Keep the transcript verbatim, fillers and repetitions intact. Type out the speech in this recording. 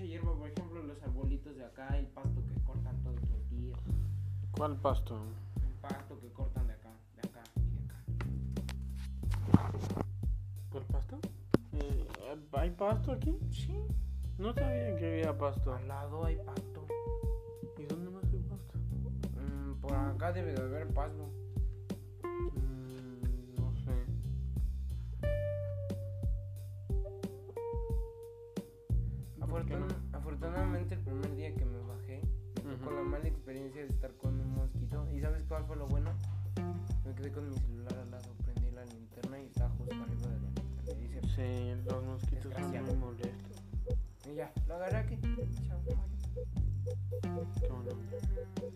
mucha hierba, por ejemplo, los arbolitos de acá, el pasto que cortan todos los días. ¿Cuál pasto? El pasto que cortan de acá, de acá y de acá. ¿Cuál pasto? Eh, ¿Hay pasto aquí? Sí. No sabía que había pasto. Al lado hay pasto. ¿Y dónde más hay pasto? Mm, por acá debe de haber pasto. Mm, no sé. Afortun afortunadamente el primer día que me bajé, me tocó Ujú. la mala experiencia de estar con un mosquito. ¿Y sabes cuál fue lo bueno? Me quedé con mi celular al lado, prendí la linterna y estaba justo arriba de la linterna. Y dice, Sí, los mosquitos son Desgraciado. muy molestos. y ya, lo agarré aquí. Chao. Qué bueno.